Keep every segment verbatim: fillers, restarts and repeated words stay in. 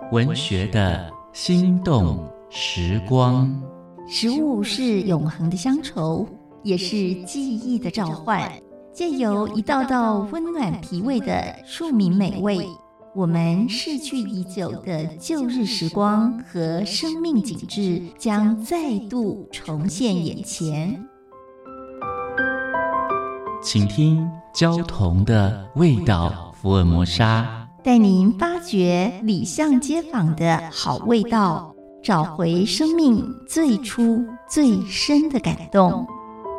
文学的心动时光。 食物是永恒的乡愁，也是记忆的召唤。借由一道道温暖脾胃的庶民美味，我们逝去已久的旧日时光和生命景致将再度重现眼前。 请听焦桐的味道福尔摩沙， 带您发掘里巷街坊的好味道，找回生命最初最深的感动。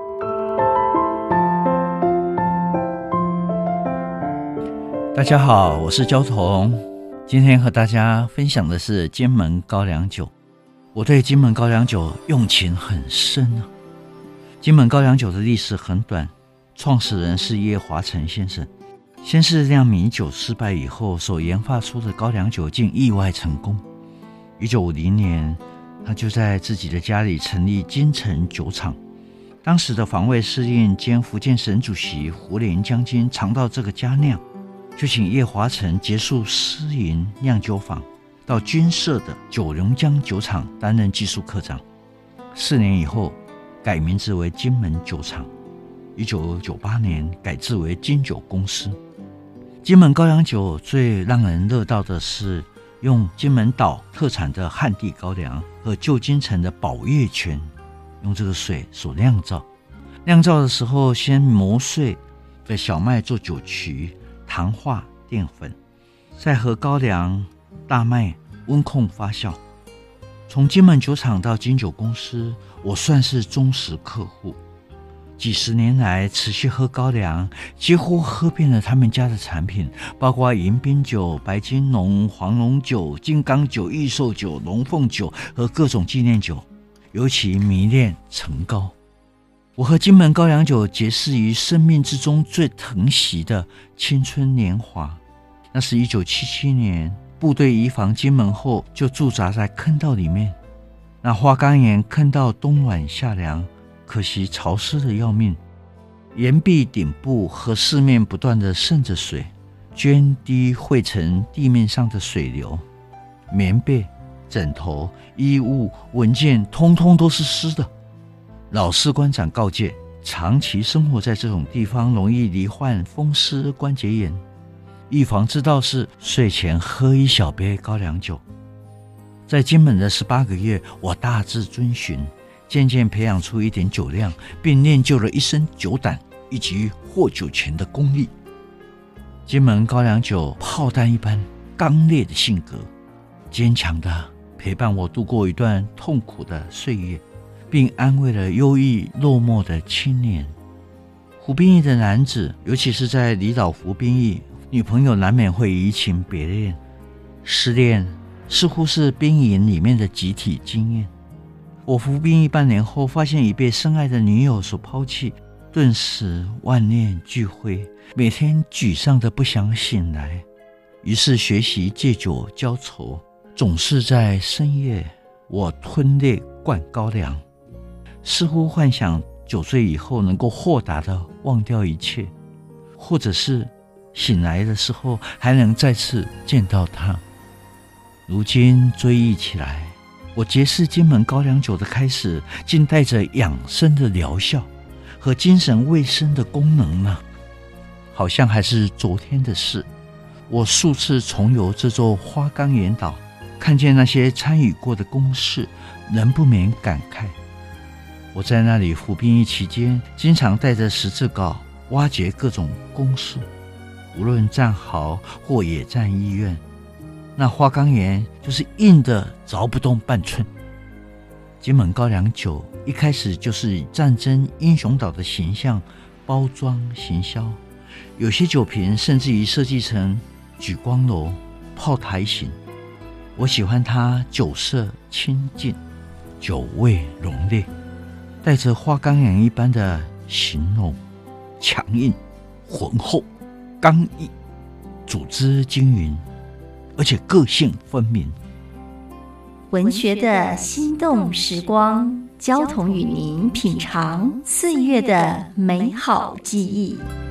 大家好，我是焦桐，今天和大家分享的是金门高粱酒。我对金门高粱酒用情很深啊。金门高粱酒的历史很短，创始人是叶华成先生。先是酿米酒失败以后，所研发出的高粱酒竟意外成功。一九五零年，他就在自己的家里成立金城酒厂。当时的防卫司令兼福建省主席胡琏将军尝到这个佳酿，就请叶华成结束私营酿酒坊，到军社的九龙江酒厂担任技术科长。四年以后，改名字为金门酒厂。一九九八年改制为金酒公司。金门高粱酒最让人乐道的是用金门岛特产的旱地高粱和旧金城的宝月泉，用这个水所酿造。酿造的时候，先磨碎的小麦做酒曲，糖化淀粉，再和高粱、大麦温控发酵。从金门酒厂到金酒公司，我算是忠实客户。几十年来持续喝高粱，几乎喝遍了他们家的产品，包括迎宾酒、白金龙、黄龙酒、金刚酒、益寿酒、龙凤酒和各种纪念酒，尤其迷恋陈高。我和金门高粱酒结识于生命之中最疼惜的青春年华。那是一九七七年，部队移防金门后，就驻扎在坑道里面。那花岗岩坑道冬暖夏凉，可惜潮湿的要命，岩壁顶部和四面不断的渗着水，涓滴汇成地面上的水流，棉被、枕头、衣物、文件通通都是湿的。老士官长告诫，长期生活在这种地方容易罹患风湿关节炎，预防之道是睡前喝一小杯高粱酒。在金门的十八个月，我大致遵循，渐渐培养出一点酒量，并练就了一身酒胆以及获酒钱的功力。金门高粱酒炮弹一般刚烈的性格，坚强的陪伴我度过一段痛苦的岁月，并安慰了忧郁落寞的青年。服兵役的男子，尤其是在离岛服兵役，女朋友难免会移情别恋，失恋似乎是兵营里面的集体经验。我服兵役半年后，发现已被深爱的女友所抛弃，顿时万念俱灰，每天沮丧得不想醒来。于是学习借酒浇愁，总是在深夜，我吞泪灌高粱，似乎幻想酒醉以后能够豁达地忘掉一切，或者是醒来的时候还能再次见到他。如今追忆起来，我结识金门高粱酒的开始，竟带着养生的疗效和精神卫生的功能呢。好像还是昨天的事，我数次重游这座花岗岩岛，看见那些参与过的公事，仍不免感慨。我在那里服兵役期间，经常带着十字镐挖掘各种公事，无论战壕或野战医院，那花岗岩就是硬的凿不动半寸。金门高粱酒一开始就是以战争英雄岛的形象包装行销，有些酒瓶甚至于设计成举光楼、炮台型。我喜欢它酒色清净，酒味浓烈，带着花岗岩一般的形容，强硬、浑厚、刚毅，组织均匀，而且个性分明。 文学的心动时光，焦桐与您品尝岁月的美好记忆。